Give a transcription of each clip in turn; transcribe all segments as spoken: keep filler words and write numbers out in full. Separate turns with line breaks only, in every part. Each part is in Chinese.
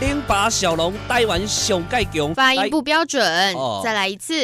零八小龙台湾上介强，
发音不标准，
哦、
再来一次。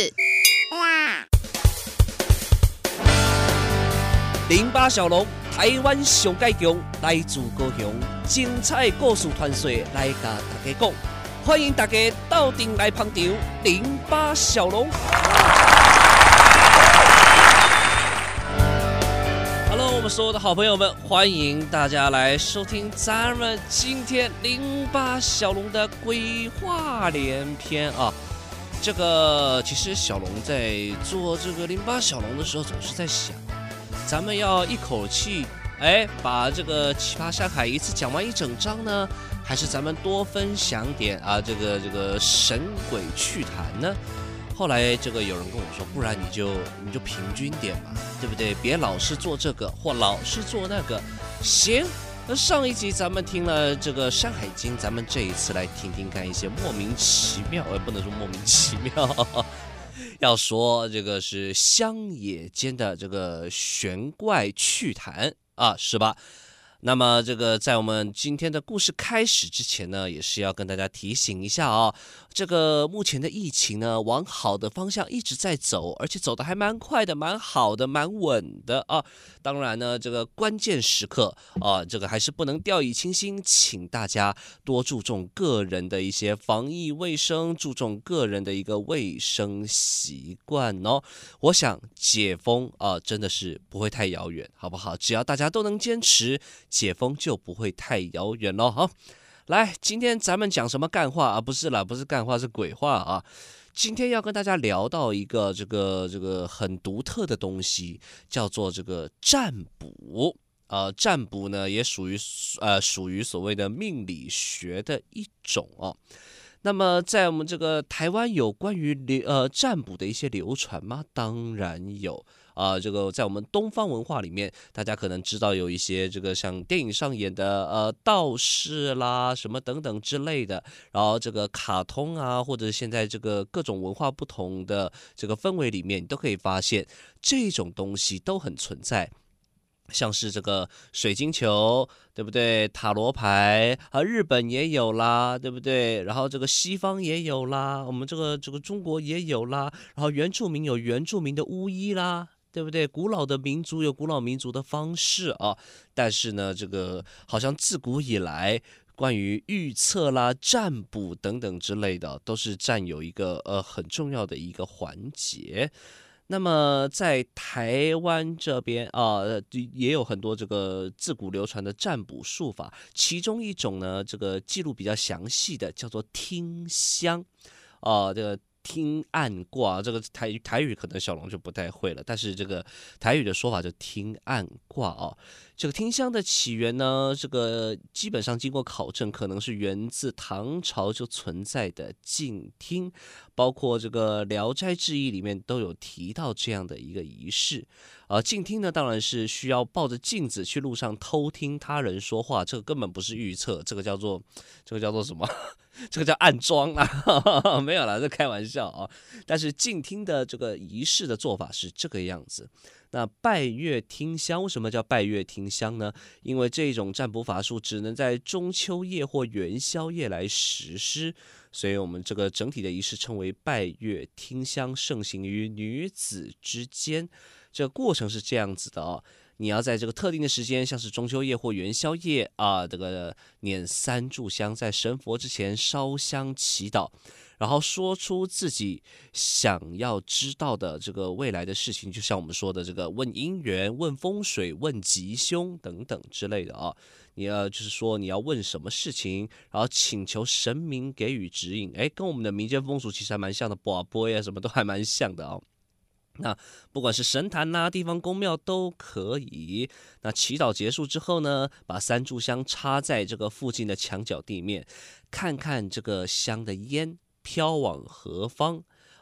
零八小龙台湾上介强，来自高雄，精彩故事传说来甲大家讲，欢迎大家到顶来捧场。零八小龙。Hello， 我们所有的好朋友们，欢迎大家来收听咱们今天零八小龙的鬼话连篇啊。这个其实小龙在做这个零八小龙的时候，总是在想，咱们要一口气哎把这个奇葩山海一次讲完一整章呢，还是咱们多分享点啊这个这个神鬼趣谈呢？后来这个有人跟我说，不然你就你就平均点嘛，对不对？别老是做这个或老是做那个。行，那上一集咱们听了这个《山海经》，咱们这一次来听听看一些莫名其妙，呃，不能说莫名其妙，要说这个是乡野间的这个玄怪趣谈啊，是吧？那么这个在我们今天的故事开始之前呢，也是要跟大家提醒一下啊，这个目前的疫情呢往好的方向一直在走，而且走得还蛮快的，蛮好的，蛮稳的啊。当然呢，这个关键时刻啊，这个还是不能掉以轻心，请大家多注重个人的一些防疫卫生，注重个人的一个卫生习惯哦。我想解封啊，真的是不会太遥远，好不好？只要大家都能坚持，解封就不会太遥远咯。好，来，今天咱们讲什么干话啊？不是啦，不是干话，是鬼话啊。今天要跟大家聊到一个这个这个很独特的东西，叫做这个占卜。呃，占卜呢也属于呃属于所谓的命理学的一种哦。那么在我们这个台湾有关于流呃占卜的一些流传吗？当然有。啊、呃，这个在我们东方文化里面，大家可能知道有一些这个像电影上演的呃道士啦，什么等等之类的，然后这个卡通啊，或者现在这个各种文化不同的这个氛围里面，你都可以发现这种东西都很存在。像是这个水晶球，对不对？塔罗牌啊，日本也有啦，对不对？然后这个西方也有啦，我们这个这个中国也有啦，然后原住民有原住民的巫医啦。对不对？古老的民族有古老民族的方式啊，但是呢，这个好像自古以来，关于预测啦、占卜等等之类的，都是占有一个呃很重要的一个环节。那么在台湾这边啊、呃，也有很多这个自古流传的占卜术法，其中一种呢，这个记录比较详细的叫做听香，啊、呃，这个。听暗卦，这个台台语可能小龙就不太会了，但是这个台语的说法就听暗卦哦。这个听香的起源呢，这个基本上经过考证，可能是源自唐朝就存在的静听，包括这个《聊斋志异》里面都有提到这样的一个仪式。呃，静听呢，当然是需要抱着镜子去路上偷听他人说话，这个根本不是预测，这个叫做这个叫做什么？这个叫暗装啊，没有啦，这开玩笑啊。但是静听的这个仪式的做法是这个样子。那拜月听香，为什么叫拜月听香呢？因为这种占卜法术只能在中秋夜或元宵夜来实施，所以我们这个整体的仪式称为拜月听香，盛行于女子之间。这个过程是这样子的哦。你要在这个特定的时间，像是中秋夜或元宵夜啊，这个念三炷香，在神佛之前烧香祈祷，然后说出自己想要知道的这个未来的事情，就像我们说的这个问姻缘、问风水、问吉凶等等之类的啊。你要就是说你要问什么事情，然后请求神明给予指引，哎，跟我们的民间风俗其实还蛮像的，卜卜呀什么都还蛮像的哦。那不管是神坛呐、啊、地方公庙都可以。那祈祷结束之后呢，把三炷香插在这个附近的墙角地面，看看这个香的烟飘往何方。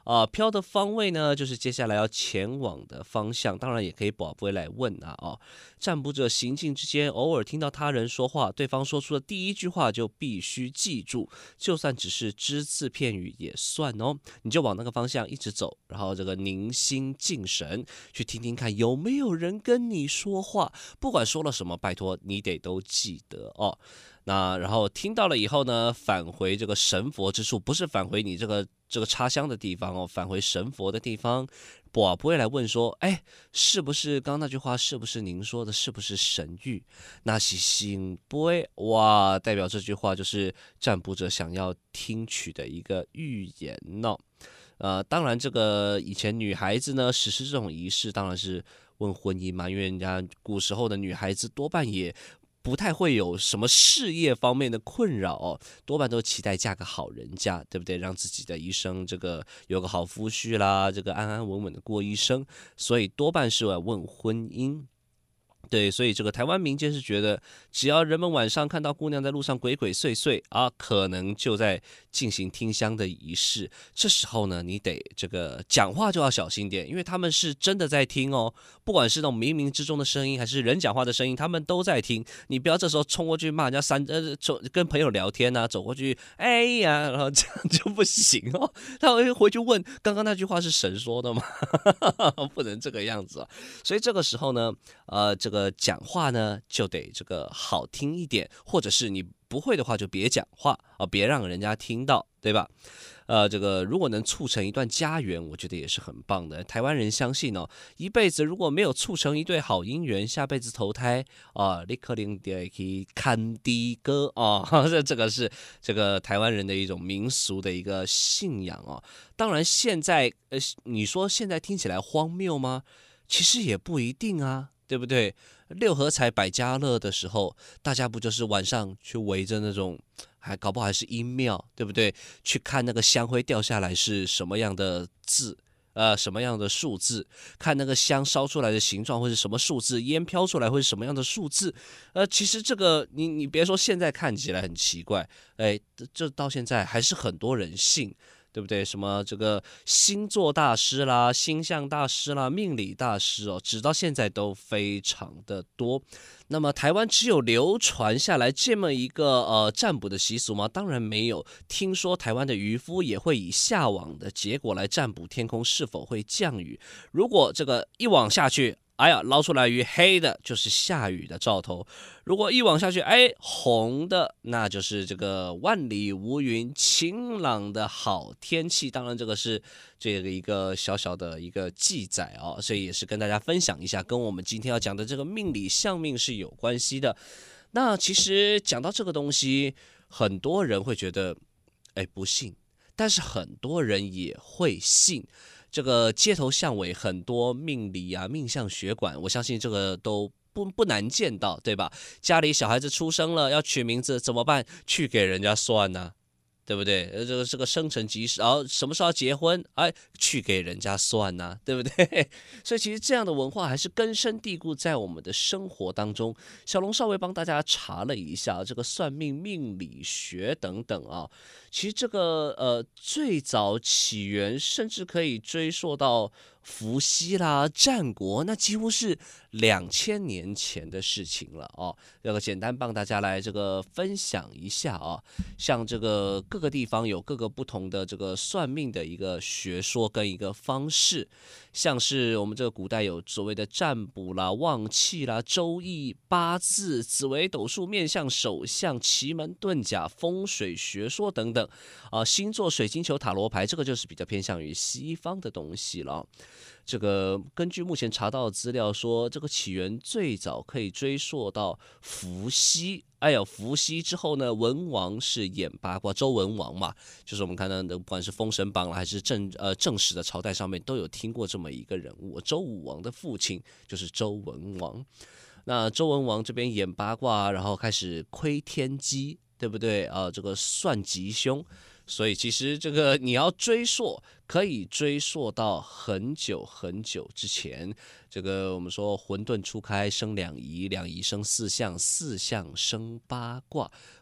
啊、呃，飘的方位呢，就是接下来要前往的方向。当然也可以宝贝来问啊哦，占卜者行进之间，偶尔听到他人说话，对方说出的第一句话就必须记住，就算只是只字片语也算哦。你就往那个方向一直走，然后这个凝心静神，去听听看有没有人跟你说话，不管说了什么，拜托你得都记得哦。那然后听到了以后呢，返回这个神佛之处，不是返回你这个这个插香的地方哦，返回神佛的地方，我不会来问说，哎，是不是刚刚那句话是不是您说的，是不是神谕？那是信不会哇，代表这句话就是占卜者想要听取的一个预言哦。呃，当然，这个以前女孩子呢实施这种仪式，当然是问婚姻嘛，因为人家古时候的女孩子多半也不太会有什么事业方面的困扰哦，多半都期待嫁个好人家，对不对？让自己的一生这个有个好夫婿啦，这个安安稳稳的过一生，所以多半是来问婚姻。对，所以这个台湾民间是觉得，只要人们晚上看到姑娘在路上鬼鬼祟祟啊，可能就在进行听香的仪式。这时候呢，你得这个讲话就要小心点，因为他们是真的在听哦，不管是那种冥冥之中的声音，还是人讲话的声音，他们都在听。你不要这时候冲过去骂人家三呃，走跟朋友聊天啊，走过去，哎呀，然后这样就不行哦。他会回去问，刚刚那句话是神说的吗？不能这个样子啊。所以这个时候呢，呃，这个讲话呢就得这个好听一点，或者是你不会的话就别讲话啊，别让人家听到，对吧？呃，这个如果能促成一段家园，我觉得也是很棒的。台湾人相信哦，一辈子如果没有促成一对好姻缘，下辈子投胎啊，立刻领得可以看的哥啊，这这个是这个台湾人的一种民俗的一个信仰哦。当然，现在呃，你说现在听起来荒谬吗？其实也不一定啊。对不对？六合彩百家乐的时候，大家不就是晚上去围着那种，还搞不好还是阴庙，对不对？去看那个香灰掉下来是什么样的字，呃，什么样的数字？看那个香烧出来的形状会是什么数字？烟飘出来会是什么样的数字？呃，其实这个你你别说现在看起来很奇怪，哎，这到现在还是很多人信。对不对？什么这个星座大师啦、星象大师啦、命理大师哦，直到现在都非常的多。那么台湾只有流传下来这么一个呃占卜的习俗吗？当然没有。听说台湾的渔夫也会以下网的结果来占卜天空是否会降雨。如果这个一网下去，哎呀，捞出来鱼黑的，就是下雨的兆头；如果一网下去，哎，红的，那就是这个万里无云、晴朗的好天气。当然，这个是这个一个小小的一个记载哦，所以也是跟大家分享一下，跟我们今天要讲的这个命理相命是有关系的。那其实讲到这个东西，很多人会觉得，哎，不信，但是很多人也会信。这个街头巷尾很多命理啊、命相学馆，我相信这个都不不难见到，对吧？家里小孩子出生了要取名字怎么办？去给人家算呢、啊？对不对？呃，这个这个生辰吉时，然后什么时候要结婚，哎，去给人家算呐、啊，对不对？所以其实这样的文化还是根深蒂固在我们的生活当中。小龙稍微帮大家查了一下这个算命、命理学等等啊，其实这个呃最早起源甚至可以追溯到伏羲啦、战国，那几乎是两千年前的事情了哦。这个简单帮大家来这个分享一下啊，像这个各个地方有各个不同的这个算命的一个学说跟一个方式，像是我们这个古代有所谓的占卜啦、旺气啦、周易、八字、紫微斗数、面相、手相、奇门遁甲、风水学说等等啊，星座、水晶球、塔罗牌，这个就是比较偏向于西方的东西了。这个根据目前查到的资料说，这个起源最早可以追溯到伏羲。哎呦，伏羲之后呢，文王是演八卦，周文王嘛，就是我们看到的，不管是《封神榜》啦，还是正呃正史的朝代上面，都有听过这么一个人物。周武王的父亲就是周文王。那周文王这边演八卦，然后开始窥天机，对不对啊、呃？这个算吉凶。所以其实这个你要追溯，可以追溯到很久很久之前。这个我们说混沌初开生两仪，两仪生四象，四象生八卦，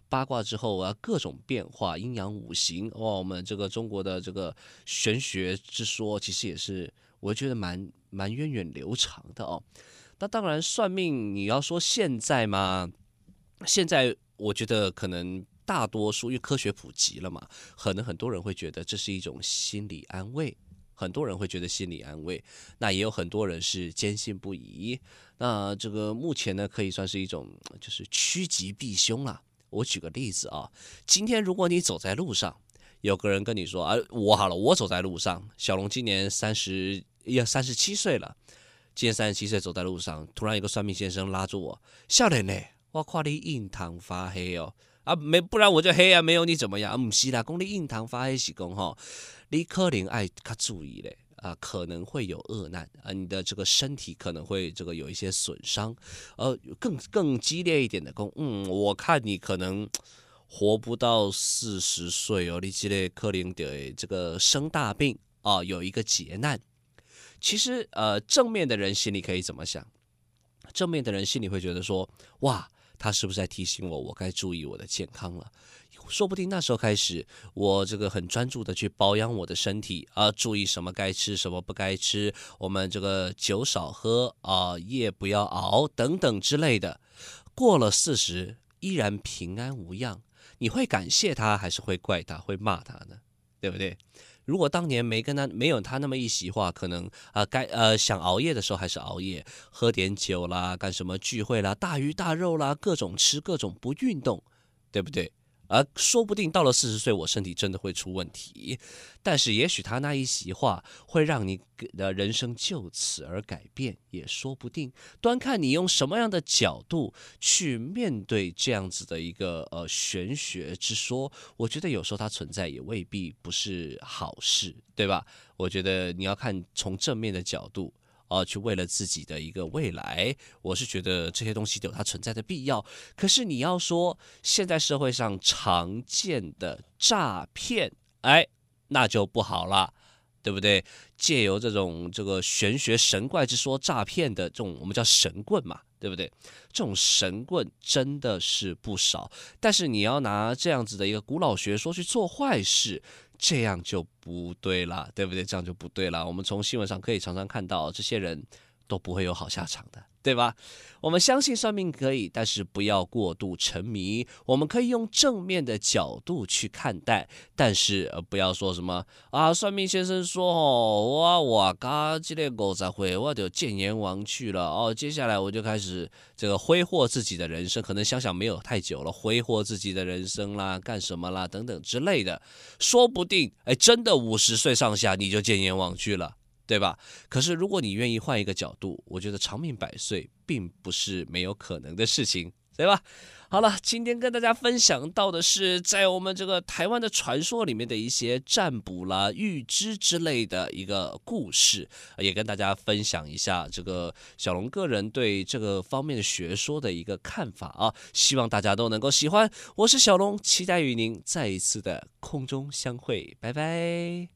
八卦之后啊，各种变化，阴阳五行，哇，我们这个中国的这个玄学之说，其实也是我觉得蛮蛮源远流长的哦。那当然，算命你要说现在嘛，现在我觉得可能大多数因为科学普及了嘛，可能很多人会觉得这是一种心理安慰。很多人会觉得心理安慰，那也有很多人是坚信不疑。那这个目前呢，可以算是一种就是趋吉避凶啦。我举个例子啊，今天如果你走在路上，有个人跟你说啊，我好了，我走在路上，小龙今年三十要三十七岁了，今年三十七岁走在路上，突然有个算命先生拉住我，少年呢，我看你印堂发黑哦。啊，没，不然我就黑啊，没有你怎么样？啊，不是啦，讲你印堂发黑是讲吼，你可能爱较注意嘞啊，可能会有恶难啊，你的这个身体可能会这个有一些损伤，呃，更更激烈一点的讲，嗯，我看你可能活不到四十岁哦，你这个可能的这个生大病啊，有一个劫难。其实呃，正面的人心里可以怎么想？正面的人心里会觉得说，哇。他是不是在提醒我，我该注意我的健康了？说不定那时候开始，我这个很专注的去保养我的身体啊，注意什么该吃，什么不该吃。我们这个酒少喝啊，夜不要熬等等之类的。过了四十，依然平安无恙，你会感谢他，还是会怪他，会骂他呢？对不对？如果当年没跟他没有他那么一席话，可能啊、呃、该呃想熬夜的时候还是熬夜，喝点酒啦，干什么聚会啦，大鱼大肉啦，各种吃，各种不运动，对不对？而、呃、说不定到了四十岁，我身体真的会出问题。但是也许他那一席话会让你的人生就此而改变，也说不定。端看你用什么样的角度去面对这样子的一个呃玄学之说，我觉得有时候它存在也未必不是好事，对吧？我觉得你要看从正面的角度。呃，去为了自己的一个未来，我是觉得这些东西有它存在的必要。可是你要说现在社会上常见的诈骗，哎，那就不好了，对不对？借由这种这个玄学神怪之说诈骗的这种，我们叫神棍嘛，对不对？这种神棍真的是不少，但是你要拿这样子的一个古老学说去做坏事。这样就不对了，对不对？这样就不对了。我们从新闻上可以常常看到，这些人都不会有好下场的，对吧？我们相信算命可以，但是不要过度沉迷。我们可以用正面的角度去看待，但是呃，不要说什么啊，算命先生说哦，我我刚这个五十岁我就见阎王去了哦，接下来我就开始这个挥霍自己的人生，可能想想没有太久了，挥霍自己的人生啦，干什么啦，等等之类的，说不定哎，真的五十岁上下你就见阎王去了。对吧？可是如果你愿意换一个角度，我觉得长命百岁并不是没有可能的事情，对吧？好了，今天跟大家分享到的是在我们这个台湾的传说里面的一些占卜啦、预知之类的一个故事，也跟大家分享一下这个小龙个人对这个方面的学说的一个看法啊，希望大家都能够喜欢。我是小龙，期待与您再一次的空中相会，拜拜。